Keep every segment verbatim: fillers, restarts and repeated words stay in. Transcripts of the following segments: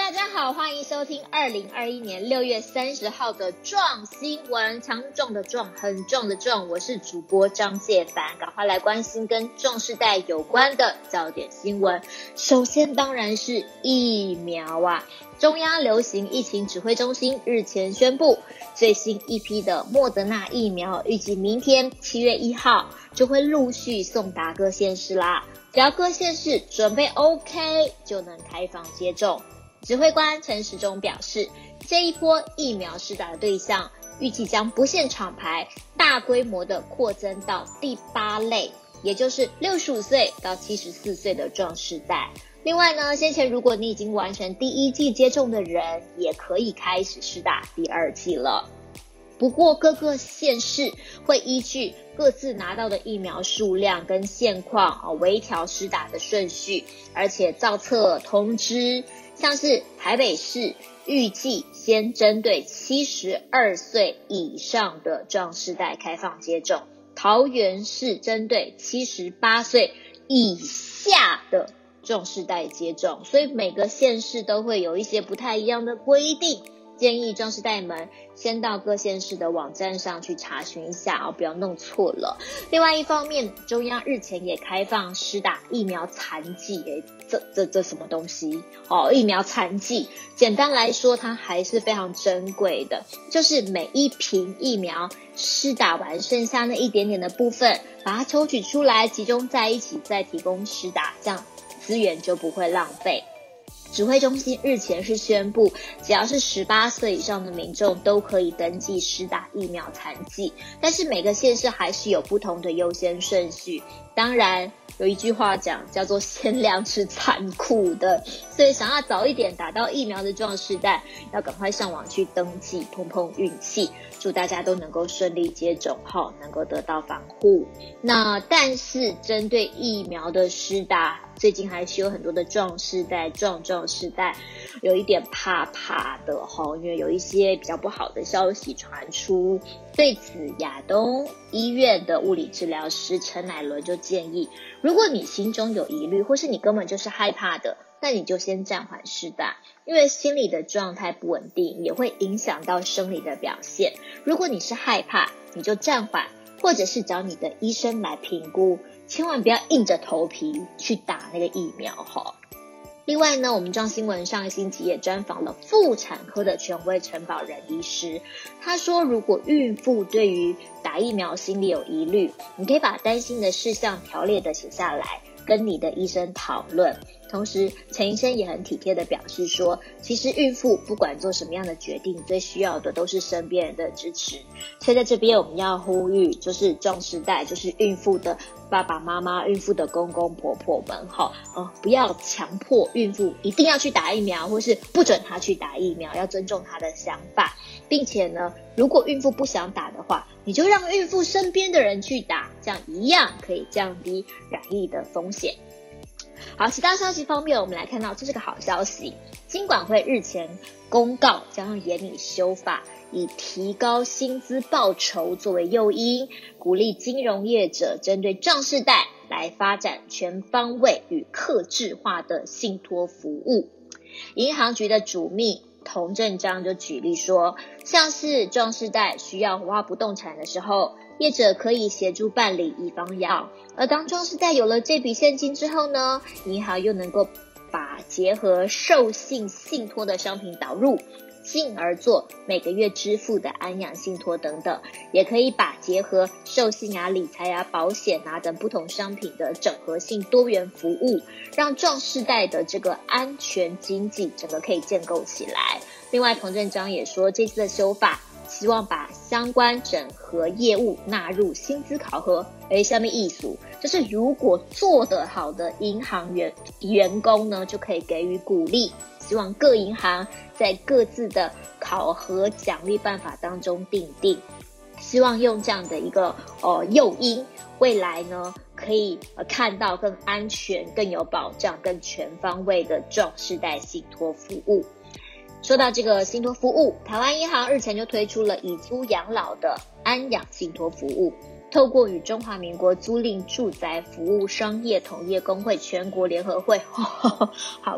大家好，欢迎收听二零二一年六月三十号的壮新闻，强壮的壮，很重的重，我是主播张介凡，赶快来关心跟壮世代有关的焦点新闻。首先当然是疫苗啊，中央流行疫情指挥中心日前宣布，最新一批的莫德纳疫苗预计明天七月一号就会陆续送达各县市啦，只要各县市准备 OK 就能开放接种。指挥官陈时中表示，这一波疫苗施打的对象预计将不限厂牌，大规模的扩增到第八类，也就是六十五岁到七十四岁的壮世代。另外呢，先前如果你已经完成第一剂接种的人，也可以开始施打第二剂了。不过各个县市会依据各自拿到的疫苗数量跟现况微调施打的顺序，而且造册通知，像是台北市预计先针对七十二岁以上的壮世代开放接种，桃园市针对七十八岁以下的壮世代接种，所以每个县市都会有一些不太一样的规定，建议壮世代们先到各县市的网站上去查询一下哦，不要弄错了。另外一方面，中央日前也开放施打疫苗残剂，诶这这这什么东西哦？疫苗残剂，简单来说，它还是非常珍贵的，就是每一瓶疫苗施打完剩下那一点点的部分，把它抽取出来，集中在一起，再提供施打，这样资源就不会浪费。指挥中心日前是宣布，只要是十八岁以上的民众都可以登记施打疫苗残剂，但是每个县市还是有不同的优先顺序。当然有一句话讲叫做限量是残酷的，所以想要早一点打到疫苗的壮世代，要赶快上网去登记，碰碰运气，祝大家都能够顺利接种后能够得到防护。那但是针对疫苗的施打，最近还是有很多的壮世代壮壮世代有一点怕怕的齁，因为有一些比较不好的消息传出。对此，亚东医院的物理治疗师陈乃伦就建议，如果你心中有疑虑，或是你根本就是害怕的，那你就先暂缓施打，因为心理的状态不稳定也会影响到生理的表现。如果你是害怕，你就暂缓，或者是找你的医生来评估，千万不要硬着头皮去打那个疫苗齁。另外呢，我们壮新闻上个星期也专访了妇产科的权威陈宝仁医师，他说如果孕妇对于打疫苗心里有疑虑，你可以把担心的事项条列的写下来，跟你的医生讨论。同时陈医生也很体贴的表示说，其实孕妇不管做什么样的决定，最需要的都是身边人的支持。所以在这边我们要呼吁，就是壮世代，就是孕妇的爸爸妈妈、孕妇的公公婆婆们齁、呃、不要强迫孕妇一定要去打疫苗，或是不准她去打疫苗，要尊重她的想法，并且呢，如果孕妇不想打的话，你就让孕妇身边的人去打，这样一样可以降低染疫的风险。好，其他消息方面，我们来看到这是个好消息，金管会日前公告将要严拟修法，以提高薪资报酬作为诱因，鼓励金融业者针对壮世代来发展全方位与客制化的信托服务。银行局的主秘童振章就举例说，像是壮世代需要活化不动产的时候，业者可以协助办理以房养，而当壮世代有了这笔现金之后呢，银行又能够把结合授信信托的商品导入，进而做每个月支付的安养信托等等，也可以把结合授信啊、理财啊、保险啊等不同商品的整合性多元服务，让壮世代的这个安全经济整个可以建构起来。另外童振章也说，这次的修法希望把相关整合业务纳入薪资考核。诶，下面意思就是如果做得好的银行员员工呢，就可以给予鼓励，希望各银行在各自的考核奖励办法当中订定，希望用这样的一个呃诱因，未来呢可以呃看到更安全、更有保障、更全方位的壮世代信托服务。说到这个信托服务，台湾银行日前就推出了以租养老的安养信托服务，透过与中华民国租赁住宅服务商业同业公会全国联合会，呵呵好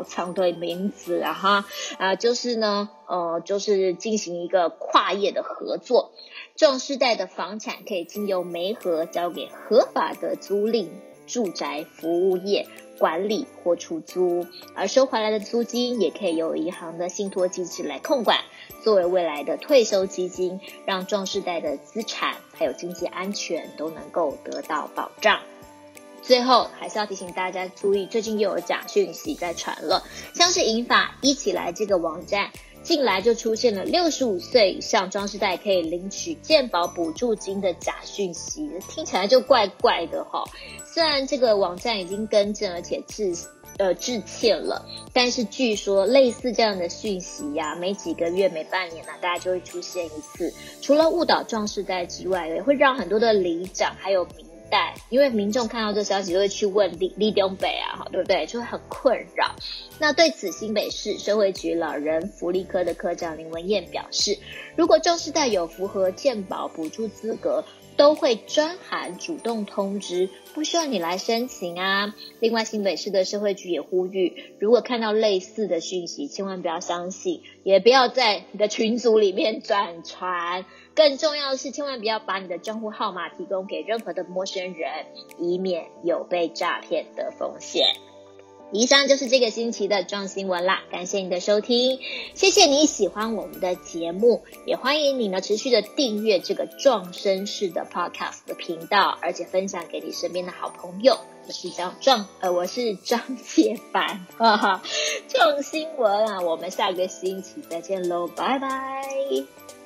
长的名字啊哈啊，就是呢呃就是进行一个跨业的合作，壮世代的房产可以经由媒合交给合法的租赁住宅服务业管理或出租，而收回来的租金也可以由银行的信托机制来控管，作为未来的退休基金，让壮世代的资产还有经济安全都能够得到保障。最后还是要提醒大家注意，最近又有假讯息在传了，像是银发一起来这个网站近来就出现了六十五岁以上壮世代可以领取健保补助金的假讯息，听起来就怪怪的齁。虽然这个网站已经更正而且致呃致歉了，但是据说类似这样的讯息呀、啊，每几个月每半年呢、啊，大家就会出现一次。除了误导壮世代之外，也会让很多的里长还有民代，因为民众看到这消息就会去问李李东北啊，对不对？就会很困扰。那对此，新北市社会局老人福利科的科长林文燕表示，如果壮世代有符合健保补助资格，都会专函主动通知，不需要你来申请啊。另外，新北市的社会局也呼吁，如果看到类似的讯息，千万不要相信，也不要在你的群组里面转传。更重要的是，千万不要把你的账户号码提供给任何的陌生人，以免有被诈骗的风险。以上就是这个星期的壮新闻啦，感谢你的收听，谢谢你喜欢我们的节目，也欢迎你呢持续的订阅这个壮绅士的 podcast 的频道，而且分享给你身边的好朋友。我是张壮，呃，我是张介凡，哈哈，壮新闻啊，我们下个星期再见喽，拜拜。